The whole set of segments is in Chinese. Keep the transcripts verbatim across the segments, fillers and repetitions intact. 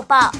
报。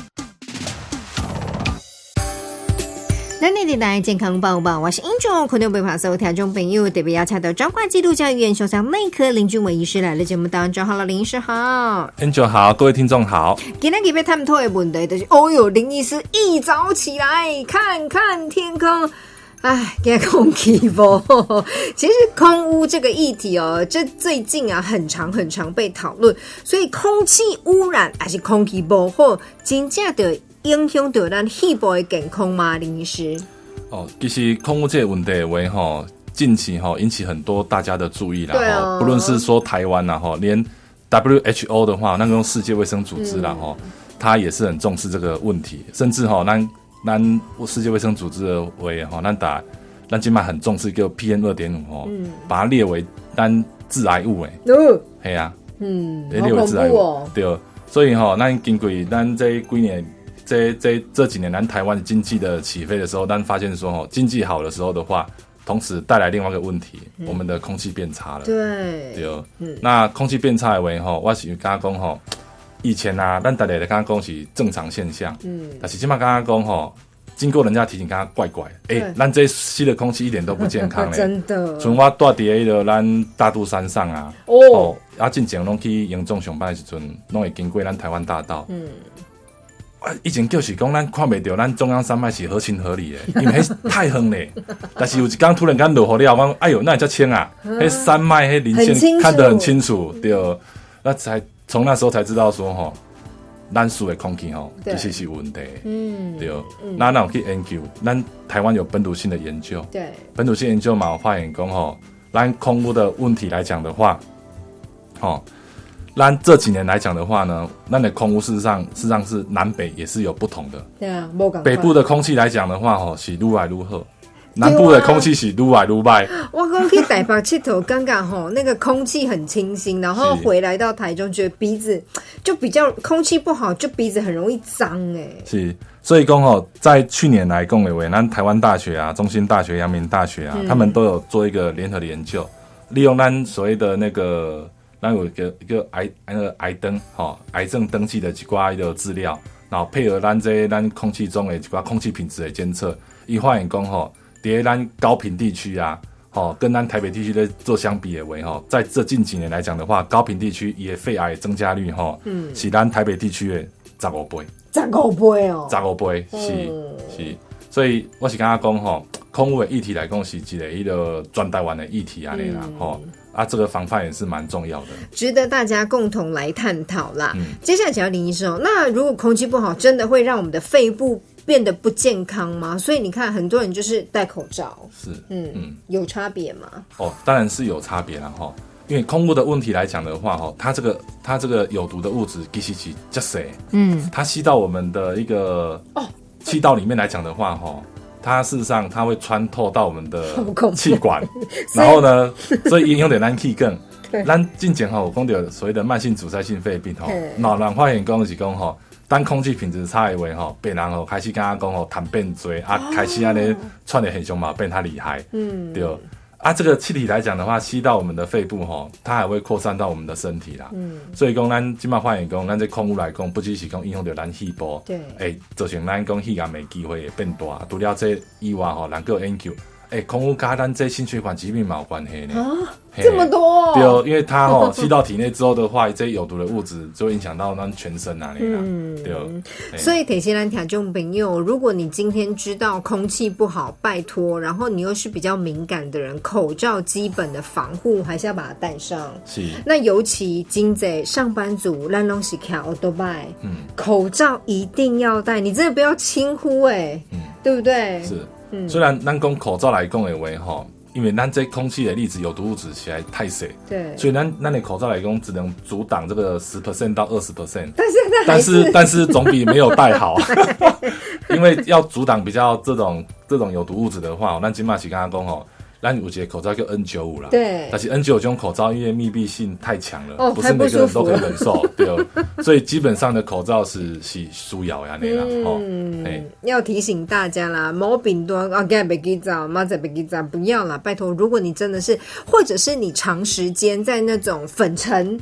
咱内地来健康报报，我是英中，可能被拍摄听众朋友特别邀请到彰化基督教医院胸腔内科林俊伟医师来了节目当中。好了，林医师好。 Angel 好，各位听众好。 今天要探讨的问题就是，哦哟，林医师一早起来看看天空。哎，给空气不？其实空污这个议题哦，这最近啊很常很常被讨论，所以空气污染还是空气不好，真正的影响到咱肺部的健康吗？林医师？ 哦，其实空污这个问题为哈，近期哈引起很多大家的注意啦。 对哦， 不论是说台湾啦哈，连 W H O 的话，那个世界卫生组织啦哈，嗯，他也是很重视这个问题，甚至哈咱。咱世界卫生组织的为吼，咱打咱今麦很重视叫 P M 二点五 吼，把它列为咱致癌物诶。哦，系啊，嗯，列为致癌物，哦，对。所以吼，咱经过咱这几年，这这这几年咱台湾经济的起飞的时候，咱发现说吼，经济好的时候的话，同时带来另外一个问题，嗯，我们的空气变差了。 对， 对，嗯，那空气变差的为吼，我是跟他讲吼。以前啊，咱大家在刚刚讲是正常现象，嗯，但是现在刚刚讲吼，经过人家提醒，刚刚怪怪，哎，欸，咱这吸的空气一点都不健康嘞， 真的。像我住伫迄个咱大肚山上啊，哦，哦啊，进前拢去营总上班的时阵，拢会经过咱台湾大道，嗯，啊，以前就是讲咱看袂到咱中央山脉是合情合理的，因为迄太远嘞。但是有一天突然间落雨了，我哎呦，那叫清啊，迄山脉迄林线看得很清楚，对，那才。从那时候才知道说吼，咱输的空气吼其实是问题，嗯，对，嗯，那那我去研究，咱台湾有本土性的研究， 对， 本土性研究嘛，我发现讲吼，咱空污的问题来讲的话，吼，咱这几年来讲的话呢，咱的空污事实上事实上是南北也是有不同的， 对啊， 北部的空气来讲的话吼，是愈来愈好。南部的空气是愈来愈坏。 我刚去台北佚佗，刚刚吼那个空气很清新，然后回来到台中，觉得鼻子就比较空气不好，就鼻子很容易脏哎。 是，所以讲吼，在去年来讲的话，咱台湾大学啊、中兴大学、阳明大学啊，嗯，他们都有做一个联合的研究，利用咱所谓的那个，咱有一个一个癌那个癌登吼，癌症登记的一寡一个资料，然后配合咱这咱空气中的一寡空气品质的监测，伊发现讲吼。在咱高屏地区啊，哦，跟咱台北地区的做相比的为吼，在这近几年来讲的话，高屏地区也肺癌增加率吼，嗯，是咱台北地区的十五倍， 十五倍哦， 十五倍是、嗯、是，所以我是跟他讲吼，空污的议题来讲是一个一个全台湾的议题啊，啦、嗯，吼啊，这个防范也是蛮重要的， 值得大家共同来探讨啦。嗯、接下来讲林医生，那如果空气不好，真的会让我们的肺部变得不健康吗？所以你看，很多人就是戴口罩， 是， 嗯嗯，有差别吗？ 哦，当然是有差别啦哈。因为空污的问题来讲的话，哈，它这个它这个有毒的物质其实是较少，嗯，它吸到我们的一个哦气道里面来讲的话，哈，它事实上它会穿透到我们的气管，然后呢，所以影响到咱气管。咱之前哈有讲到所谓的慢性阻塞性肺病哈，那人发现讲是讲哈。当空气品质差的话，吼，病人吼开始跟他讲吼痰变多，啊，开始安尼喘的很凶嘛，变他厉害，嗯，对。啊，这个气体来讲的话，吸到我们的肺部吼，它还会扩散到我们的身体啦，嗯。所以讲，咱今麦发现讲，咱这空污来讲，不只是讲影响到咱肺部，对，诶，造成咱讲肺癌的机会会变大。除了这以外吼，人还有研究。哎、欸，空污跟咱这心血管疾病嘛有关系呢。啊， 这么多、哦？ 对，因为它哦吸到体内之后的话，这些有毒的物质就会影响到咱全身啊，嗯，对。 所以铁西兰听众朋友，如果你今天知道空气不好，拜托，然后你又是比较敏感的人，口罩基本的防护还是要把它戴上。是。那尤其今在上班族，咱拢是开欧多拜，嗯，口罩一定要戴，你真的不要轻忽哎、欸，嗯，对不对？ 是。虽然咱讲口罩来讲的话吼，因为咱这空气的粒子有毒物质起来太少，对，所以咱咱的口罩来讲只能阻挡这个十 percent 到二十 percent， 但是但是但是总比没有戴好，因为要阻挡比较这种这种有毒物质的话，咱今嘛是跟他讲吼。咱有一个口罩叫 N 九十五 啦，对，但是 N 九十五 这种口罩因为密闭性太强了，哦，不是每个人都可以忍受，对，所以基本上的口罩是是需要呀，那啦，嗯， 哦，要提醒大家啦，毛病多啊，该别给找，马仔别给找，不要啦，拜托，如果你真的是，或者是你长时间在那种粉尘。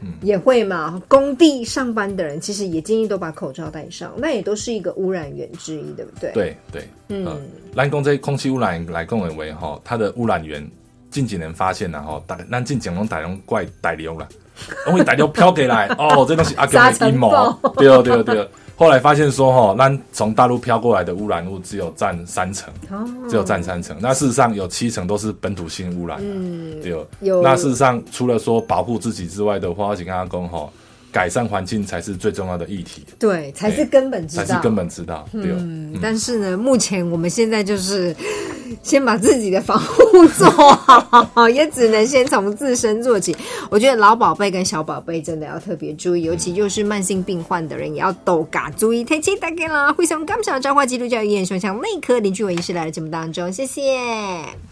嗯，也会嘛。工地上班的人其实也建议都把口罩戴上，那也都是一个污染源之一，对不对？ 对对，嗯，咱讲这空气污染来讲的话，哈，它的污染源近几年发现了哈，大咱近几年大量怪大流啦，因为大流飘过来，哦，这东西阿公的阴谋，对对对。后来发现说，哈，那从大陆飘过来的污染物只有占三成，哦、只有占三成。那事实上有七成都是本土性污染，嗯，对。有。那事实上除了说保护自己之外的话，我请跟他讲，哈，改善环境才是最重要的议题， 对，才是根本之道， 才是根本之道，对。 嗯，嗯但是呢，目前我们现在就是先把自己的防护做好，也只能先从自身做起。我觉得老宝贝跟小宝贝真的要特别注意，尤其就是慢性病患的人也要多加注意。提醒大家啦，非常感谢彰化基督教医院胸腔内科林俊伟医师来到节目当中，谢谢。